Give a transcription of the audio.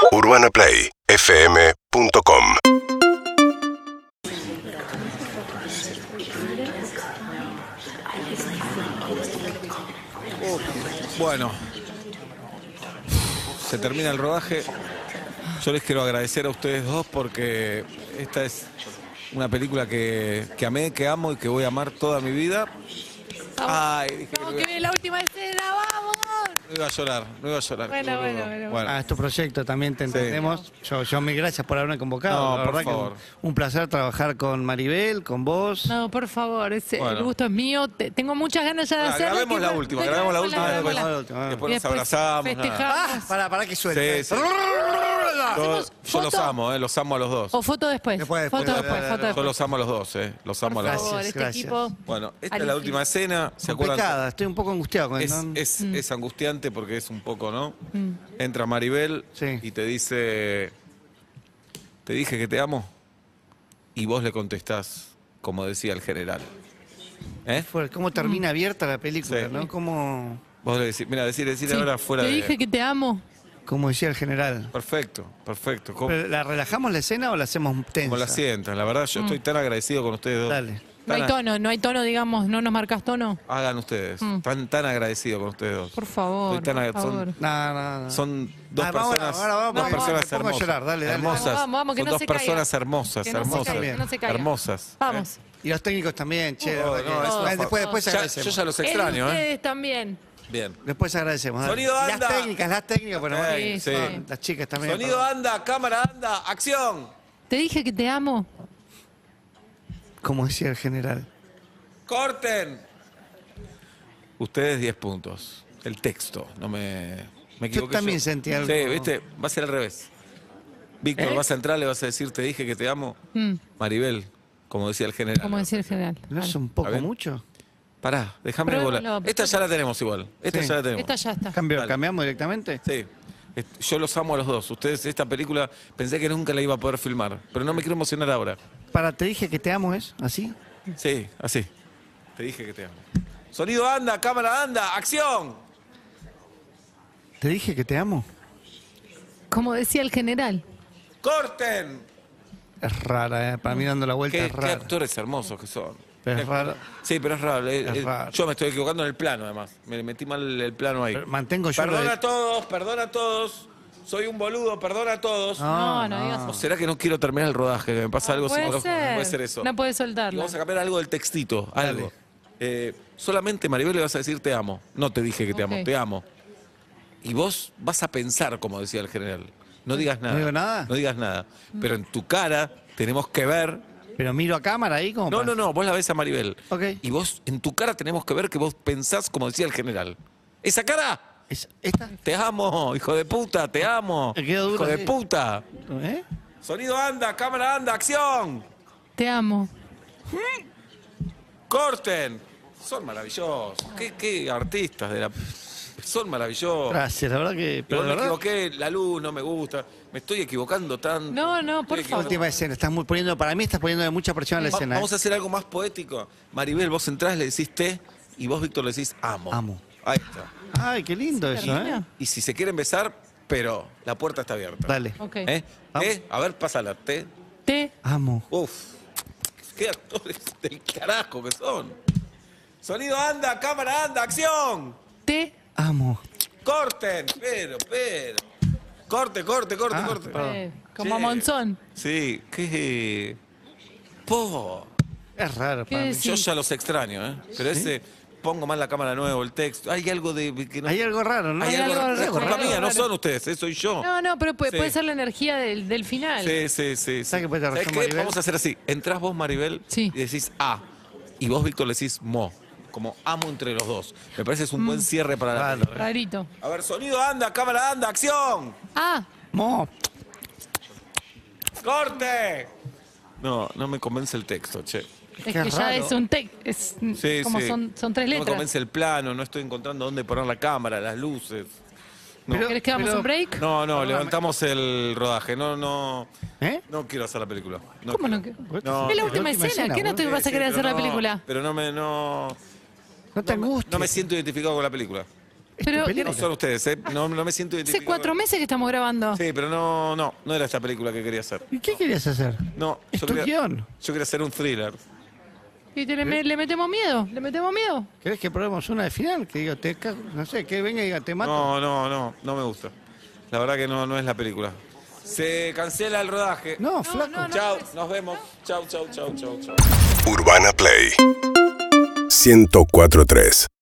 UrbanaPlayFM.com. Bueno, se termina el rodaje. Yo les quiero agradecer a ustedes dos porque esta es una película que amé, que amo y que voy a amar toda mi vida. Ay, dije Vamos, que viene la última escena, vamos. no iba a llorar, no iba a llorar. Bueno. Es tu proyecto, también te entendemos. Yo mil gracias por haberme convocado. No, la por verdad favor. que un placer trabajar con Maribel, con vos. No, por favor, Bueno. el gusto es mío. Tengo muchas ganas ya de hacerlo. Grabemos la última, grabemos la última. grabemos Después, la- última. después Y nos después abrazamos. festejamos. Para que suelte. Sí, sí. Yo ¿Foto? los amo, los amo a los dos. O foto después. Después, foto dale, después, dale, foto dale. Yo después. los amo a los dos, los amo a Por los dos. favor, este Gracias. equipo. Bueno, esta es Al la última escena. ¿Se acuerdan? Complicada, estoy un poco angustiado con eso. Es angustiante porque es un poco, ¿no? Entra Maribel Sí. y te dice, te dije que te amo, y vos le contestás, como decía el general. ¿Eh? ¿Cómo termina abierta la película, Sí. no? Como Vos le decís, mira, decir Sí. ahora fuera Te de... dije que te amo. decía el general. Perfecto, perfecto. ¿Cómo, Pero, ¿la relajamos la escena o la hacemos tensa? cómo la sientan? La verdad, yo estoy tan agradecido con ustedes dos. Dale. No hay tono, no hay tono, digamos, no nos marcas tono. Hagan ustedes. Tan agradecido con ustedes dos. Por favor, Estoy tan por favor. No. Son dos Vamos, personas, ahora, dos vamos, personas te pongo a hermosas. llorar, dale. Hermosas. Vamos, que Son no dos se caiga. personas hermosas, Que no se hermosas. caiga, que no se caiga. Hermosas. Vamos. Y los técnicos también, che. Oh, la verdad no, que- es una después Yo agradecemos. ya los extraño, ¿eh? Ustedes también. Bien. Después agradecemos. dale. Sonido, Y anda. las técnicas, bueno, Sí, bueno, sí. las chicas también. Sonido anda, cámara anda, acción. Te dije que te amo. Como decía el general. Corten. Ustedes 10 puntos. El texto, no me equivoqué. también sentí algo. Sí, viste, va a ser al revés. Víctor, vas a entrar, le vas a decir, te dije que te amo. Maribel, como decía el general. Como decía el general. ¿No es un A poco ver. mucho? Pará, déjame Pruébalo, volar. Esta ya la tenemos igual. Esta Sí. ya la tenemos. Esta ya está. Dale. ¿Cambiamos directamente? Sí. Yo los amo a los dos. Ustedes, esta película, pensé que nunca la iba a poder filmar. Pero no me quiero emocionar ahora. Te dije que te amo, ¿es? ¿Así? Sí, así. Te dije que te amo. Sonido anda, cámara anda, acción. ¿Te dije que te amo? Como decía el general. ¡Corten! Es rara, Para mí dando la vuelta ¿Qué es rara. actores hermosos que son? Pero es raro. Sí, pero es raro. raro. Yo me estoy equivocando en el plano, además. Me metí mal el plano ahí. Pero mantengo yo lo Perdona de- a todos, perdona a todos. Soy un boludo, perdona a todos. No digas ¿O eso. será que no quiero terminar el rodaje? Que me pasa algo Puede psicológico. ser. Puede ser eso. No puede Y soltarlo. vamos a cambiar algo del textito, algo. Solamente Maribel le vas a decir te amo. No te dije que te amo, Ok. te amo. Y vos vas a pensar, como decía el general. No digas nada. ¿No digo nada? No digas nada. Pero en tu cara tenemos que ver. Pero miro a cámara ahí como No, vos la ves a Maribel. Ok. Y vos, en tu cara tenemos que ver que vos pensás, como decía el general. ¡Esa cara! ¿Esta? Te amo, hijo de puta, te amo. Me quedo duro, hijo de sí. puta. ¿Eh? Sonido anda, cámara anda, acción. Te amo. Corten. Son maravillosos. Qué artistas de la... Son maravillosos. Gracias, la verdad que... Igual Pero me de verdad, equivoqué, la luz no me gusta. Me estoy equivocando tanto. No, por favor. última escena, para mí estás poniendo mucha presión a la escena. Vamos a hacer algo más poético. Maribel, vos entrás, le decís te, y vos, Víctor, le decís amo. Amo. Ahí está. Ay, qué lindo eso, termina? Y si se quieren besar, pero la puerta está abierta. Dale. Ok. ¿Eh? Vamos. A ver, pásala. Te. Te Amo. Uf. Qué actores del carajo que son. Sonido anda, cámara anda, acción. te Amo. Corten. Pero. Corte. como Che. Monzón. Sí, qué. Po. Es raro ¿Qué para mí. decís? Yo ya los extraño, ¿eh? Pero ese. Pongo mal la cámara de nuevo, el texto. Hay algo de. Que no- Hay algo raro, ¿no? Hay algo algo es raro, culpa algo mía, no raro. son ustedes, soy yo. No, pero Sí. puede ser la energía del final. Sí. ¿Sabes qué puede tener ¿Sabés razón, qué? Maribel? Vamos a hacer así. Entrás vos, Maribel, Sí. y decís A. Y vos, Víctor, le decís Mo. Como amo entre los dos. Me parece que es un buen cierre para la Claro. película. Rarito. A ver, sonido anda, cámara anda, acción. Ah, Mo. ¡Corte! No me convence el texto, che. es Qué que ya raro. es un texto. Es Sí, como sí. son tres No me letras. convence el plano, no estoy encontrando dónde poner la cámara, las luces. No, Pero- ¿Querés que hagamos un break? no, levantamos el rodaje. No ¿Eh? quiero hacer la película. ¿Cómo no? quiero. No, Es la la última última escena. escena, ¿Qué no vos. te vas a querer pero hacer la no, película? Pero no No te angusties. me siento identificado con la película. Es tu Pero- película. No son ustedes, ¿eh? No me siento Hace identificado. 4 meses que estamos grabando. Sí, pero no era esta película que quería hacer. ¿Y qué querías hacer? No, Es yo tu quería, guión. yo quería hacer un thriller. ¿Y le metemos miedo? ¿Le metemos miedo? ¿Querés que probemos una de final? Que diga, no sé, que venga y diga, te mato. No me gusta. La verdad que no es la película. Se cancela el rodaje. No, flaco. Chao, nos vemos. Chao. Urbana Play 104.3